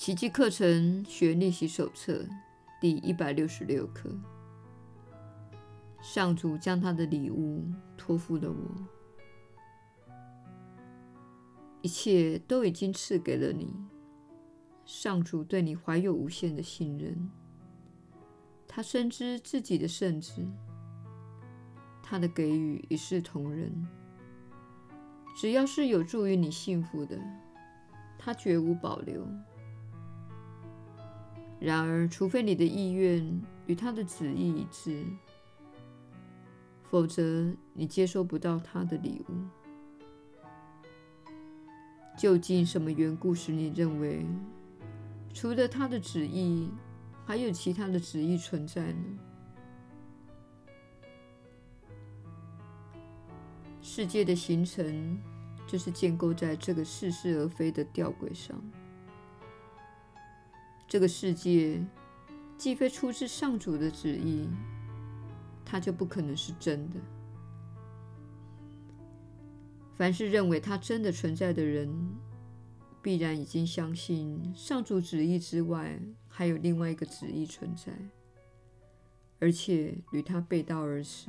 奇迹课程学练习手册第166课。上主将他的礼物托付了我，一切都已经赐给了你。上主对你怀有无限的信任，他深知自己的圣旨，他的给予一视同仁。只要是有助于你幸福的，他绝无保留。然而，除非你的意愿与他的旨意一致，否则你接收不到他的礼物。究竟什么缘故使你认为，除了他的旨意，还有其他的旨意存在呢？世界的形成就是建构在这个似是而非的吊诡上。这个世界既非出自上主的旨意，它就不可能是真的。凡是认为它真的存在的人，必然已经相信上主旨意之外还有另外一个旨意存在，而且与它背道而驰。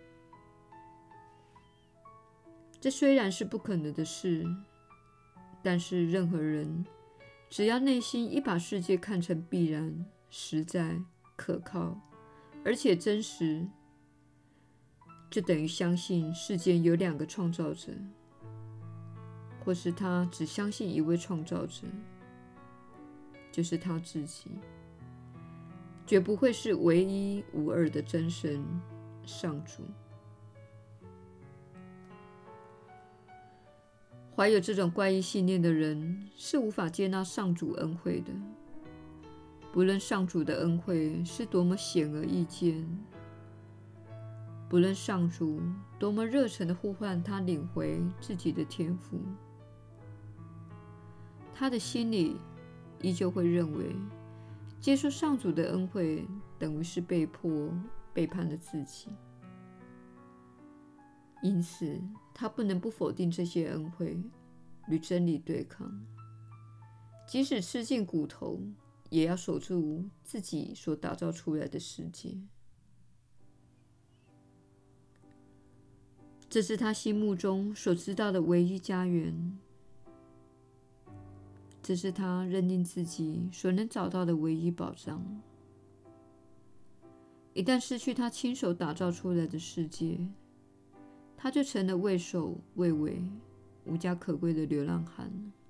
这虽然是不可能的事，但是任何人只要内心已把世界看成必然、实在、可靠，而且真实，就等于相信世间有两个创造者，或是他只相信一位创造者，就是他自己，绝不会是唯一无二的真神上主。怀有这种怪异信念的人是无法接纳上主恩惠的，不论上主的恩惠是多么显而易见，不论上主多么热忱地呼唤他领回自己的天赋，他的心里依旧会认为，接受上主的恩惠等于是被迫背叛了自己。因此，他不能不否定这些恩惠，与真理对抗。即使吃尽骨头，也要守住自己所打造出来的世界。这是他心目中所知道的唯一家园，这是他认定自己所能找到的唯一保障。一旦失去他亲手打造出来的世界，他就成了畏首畏尾、无家可归的流浪汉。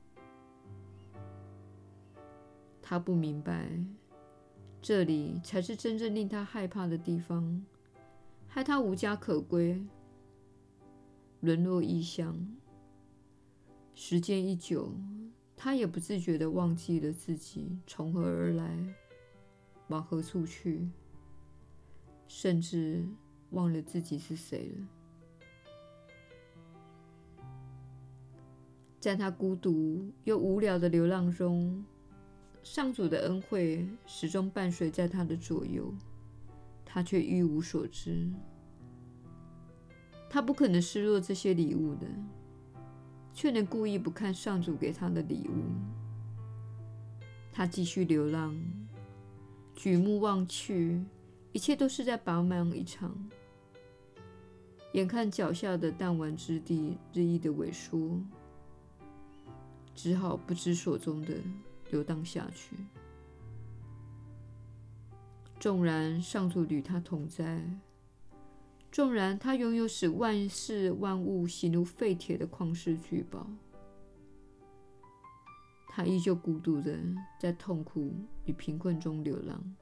他不明白，这里才是真正令他害怕的地方，害他无家可归，沦落异乡。时间一久，他也不自觉地忘记了自己从何而来，往何处去，甚至忘了自己是谁了。在他孤独又无聊的流浪中，上主的恩惠始终伴随在他的左右，他却一无所知。他不可能失落这些礼物的，却能故意不看上主给他的礼物。他继续流浪，举目望去，一切都是在白忙一场。眼看脚下的弹丸之地日益的萎缩，只好不知所踪地游荡下去。纵然上主与他同在，纵然他拥有使万事万物形如废铁的旷世巨宝，他依旧孤独地在痛苦与贫困中流浪。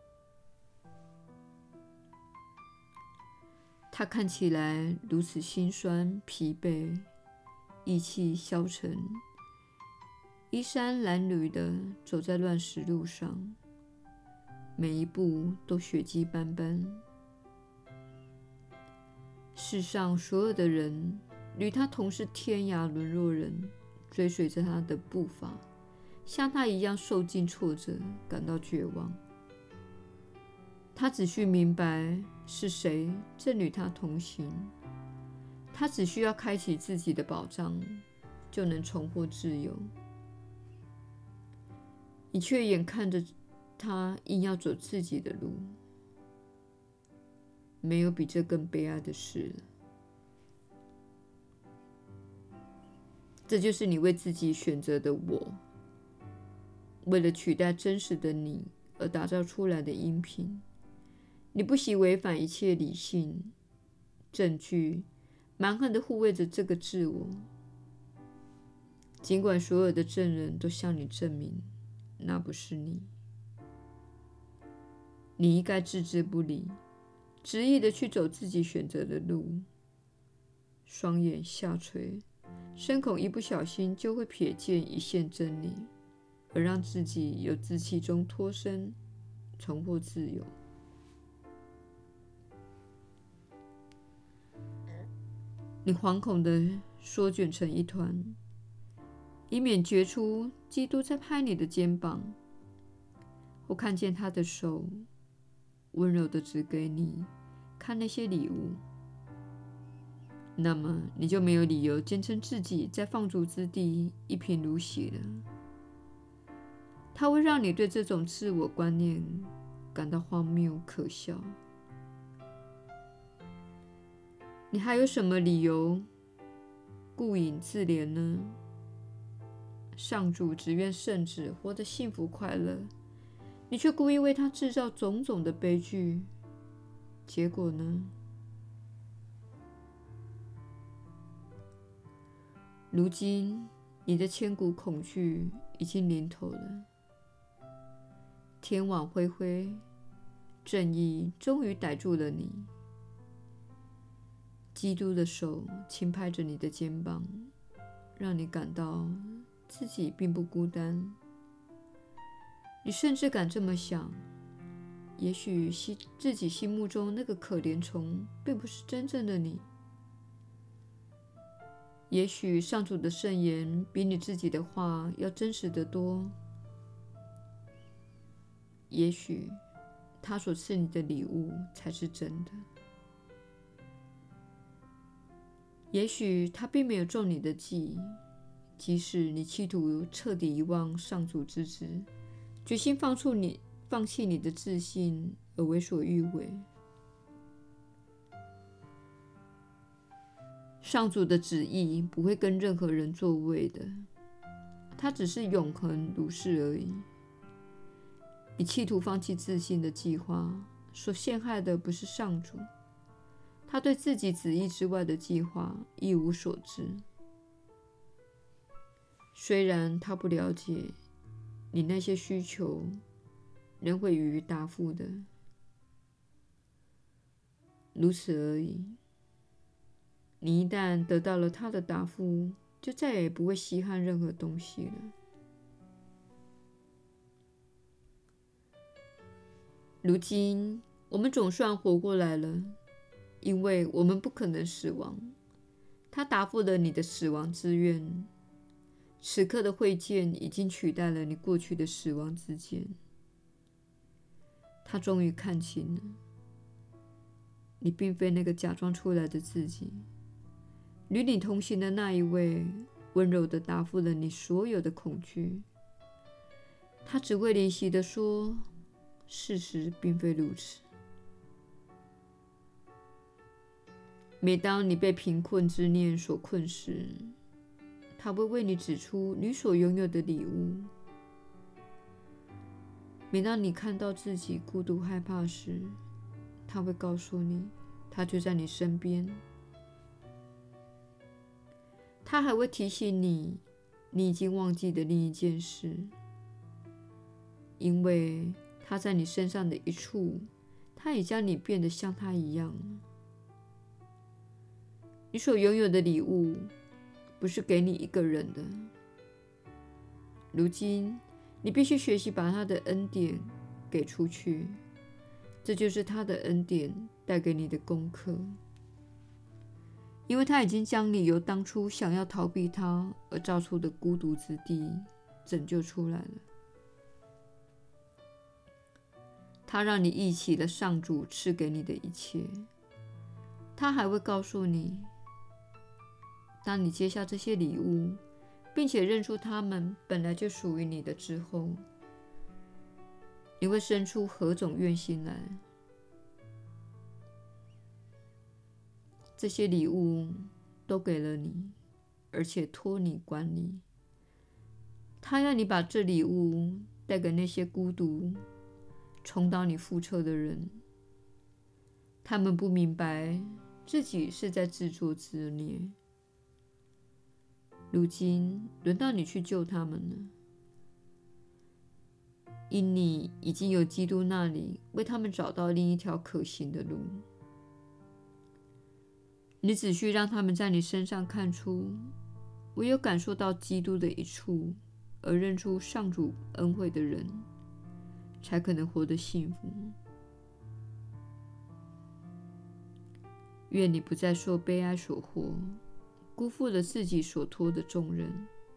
他看起来如此心酸疲惫，意气消沉，衣衫褴褛地走在乱石路上，每一步都血迹斑斑。世上所有的人与他同是天涯沦落人，追随着他的步伐，像他一样受尽挫折，感到绝望。他只需明白是谁正与他同行，他只需要开启自己的宝藏，就能重获自由。 你却眼看着他硬要走自己的路。没有比这更悲哀的事了。这就是你为自己选择的我，为了取代真实的你而打造出来的音频。你不惜违反一切理性证据，蛮横地护卫着这个自我，尽管所有的证人都向你证明那不是你。你应该置之不理，执意地去走自己选择的路，双眼下垂，深恐一不小心就会瞥见一线真理，而让自己由自欺中脱身，重获自由。你惶恐地缩卷成一团，以免觉出基督在拍你的肩膀，或看见他的手温柔地指给你看那些礼物。那么你就没有理由坚称自己在放逐之地一贫如洗了。它会让你对这种自我观念感到荒谬可笑。你还有什么理由顾影自怜呢？上主只愿圣子活得幸福快乐，你却故意为他制造种种的悲剧，结果呢？如今你的千古恐惧已经临头了，天网恢恢，正义终于逮住了你。基督的手轻拍着你的肩膀，让你感到自己并不孤单。你甚至敢这么想，也许自己心目中那个可怜虫并不是真正的你。也许上主的圣言比你自己的话要真实得多。也许他所赐你的礼物才是真的。也许他并没有中你的计，即使你企图彻底遗忘上主之职，决心放弃你的自信而为所欲为。上主的旨意不会跟任何人作位的，他只是永恒如是而已。你企图放弃自信的计划，所陷害的不是上主，他对自己旨意之外的计划一无所知。虽然他不了解你那些需求，仍会予以答复的，如此而已。你一旦得到了他的答复，就再也不会稀罕任何东西了。如今我们总算活过来了，因为我们不可能死亡。他答复了你的死亡之愿。此刻的会见已经取代了你过去的死亡之见。他终于看清了，你并非那个假装出来的自己。与你同行的那一位温柔地答复了你所有的恐惧。他只会怜惜地说，事实并非如此。每当你被贫困之念所困时，他会为你指出你所拥有的礼物。每当你看到自己孤独害怕时，他会告诉你，他就在你身边。他还会提醒你，你已经忘记的另一件事，因为他在你身上的一处，他已将你变得像他一样。你所拥有的礼物不是给你一个人的，如今你必须学习把他的恩典给出去，这就是他的恩典带给你的功课。因为他已经将你由当初想要逃避他而造出的孤独之地拯救出来了。他让你忆起了上主赐给你的一切。他还会告诉你，当你接下这些礼物，并且认出他们本来就属于你的之后， 你会生出何种怨心来？这些礼物都给了你，而且托你管理。他要你把这礼物带给那些孤独、重蹈你覆辙的人。他们不明白自己是在自作自孽。如今轮到你去救他们了，因你已经由基督那里为他们找到另一条可行的路。你只需让他们在你身上看出，唯有感受到基督的一处，而认出上主恩惠的人，才可能活得幸福。愿你不再受悲哀所惑，辜负了自己所托的重任。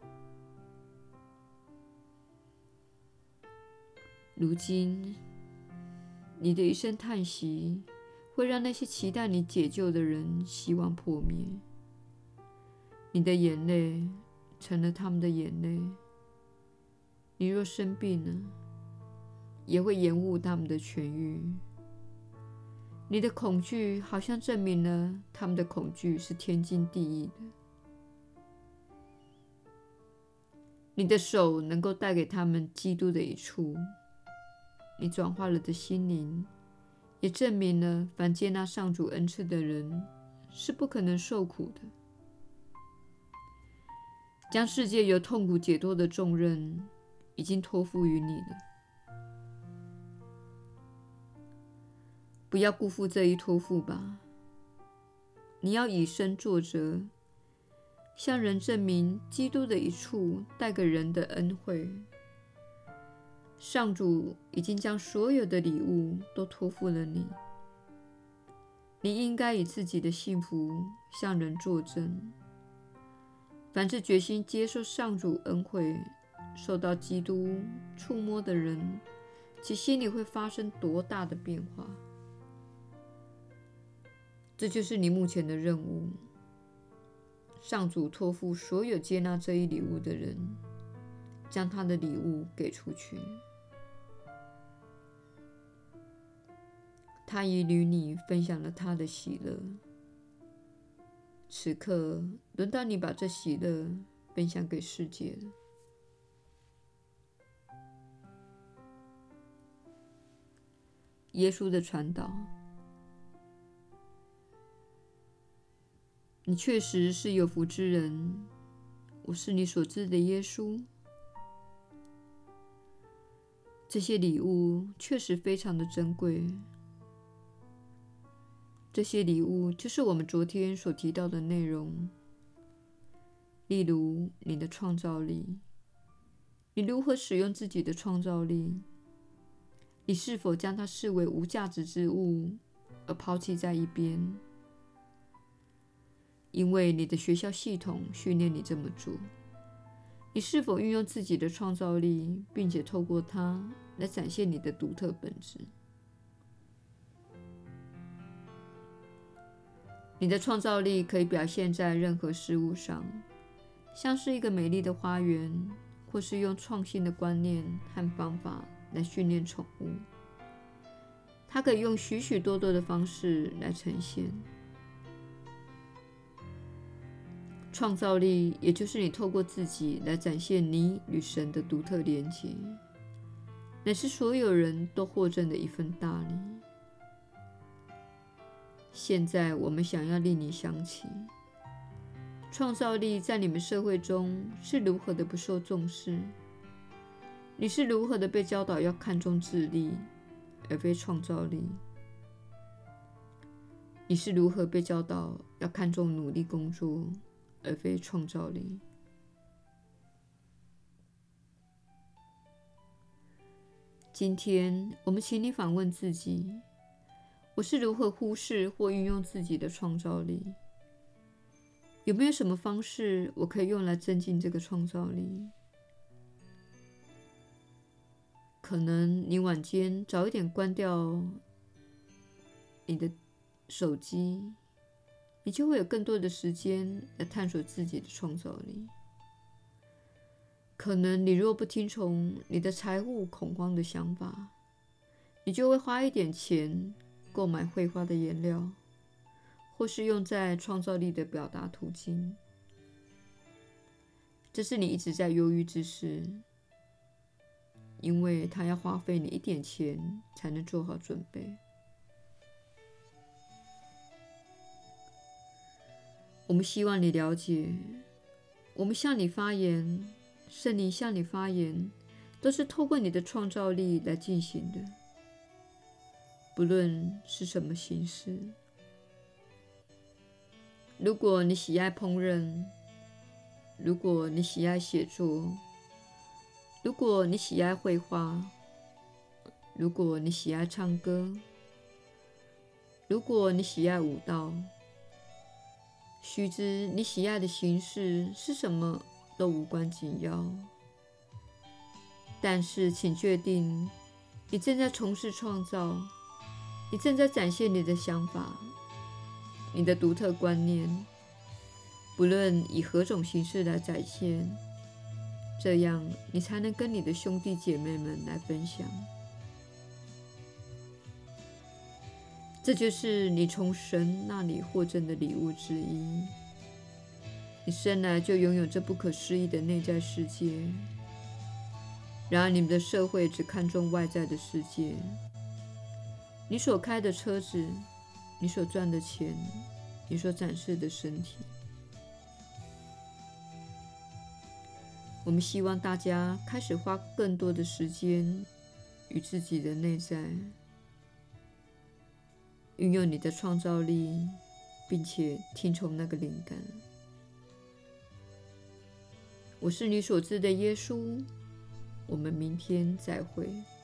如今，你的一声叹息会让那些期待你解救的人希望破灭。你的眼泪成了他们的眼泪。你若生病了，也会延误他们的痊愈。你的恐惧好像证明了他们的恐惧是天经地义的。你的手能够带给他们基督的一处。你转化了的心灵，也证明了凡接纳上主恩赐的人是不可能受苦的。将世界由痛苦解脱的重任已经托付于你了。不要辜负这一托付吧。你要以身作则，向人证明基督的一处带给人的恩惠。上主已经将所有的礼物都托付了你。你应该以自己的幸福向人作证。凡是决心接受上主恩惠、受到基督触摸的人，其心里会发生多大的变化？这就是你目前的任务。上主托付所有接纳这一礼物的人，将他的礼物给出去。他已与你分享了他的喜乐，此刻轮到你把这喜乐分享给世界了。耶稣的传导。你确实是有福之人，我是你所知的耶稣。这些礼物确实非常的珍贵。这些礼物就是我们昨天所提到的内容，例如你的创造力。你如何使用自己的创造力？你是否将它视为无价值之物而抛弃在一边？因为你的学校系统训练你这么做。你是否运用自己的创造力，并且透过它来展现你的独特本质？你的创造力可以表现在任何事物上，像是一个美丽的花园，或是用创新的观念和方法来训练宠物。它可以用许许多多的方式来呈现。创造力也就是你透过自己来展现你与神的独特连结，乃是所有人都获赠的一份大礼。现在我们想要令你想起，创造力在你们社会中是如何的不受重视。你是如何的被教导要看重智力，而非创造力？你是如何被教导要看重努力工作，而非创造力？今天我们请你反问自己，我是如何忽视或运用自己的创造力？有没有什么方式我可以用来增进这个创造力？可能你晚间早一点关掉你的手机，你就会有更多的时间来探索自己的创造力。可能你若不听从你的财务恐慌的想法， 你就会花一点钱购买绘画的颜料，或是用在创造力的表达途径。这是你一直在忧郁之事，因为它要花费你一点钱才能做好准备。我们希望你了解，我们向你发言，圣灵向你发言，都是透过你的创造力来进行的，不论是什么形式。如果你喜爱烹饪，如果你喜爱写作，如果你喜爱绘画，如果你喜爱唱歌，如果你喜爱舞蹈，须知你喜爱的形式是什么都无关紧要，但是请确定，你正在从事创造，你正在展现你的想法，你的独特观念，不论以何种形式来展现，这样你才能跟你的兄弟姐妹们来分享。这就是你从神那里获赠的礼物之一。你生来就拥有这不可思议的内在世界，然而你们的社会只看重外在的世界，你所开的车子，你所赚的钱，你所展示的身体。我们希望大家开始花更多的时间与自己的内在，运用你的创造力，并且听从那个灵感。我是你所知的耶稣，我们明天再会。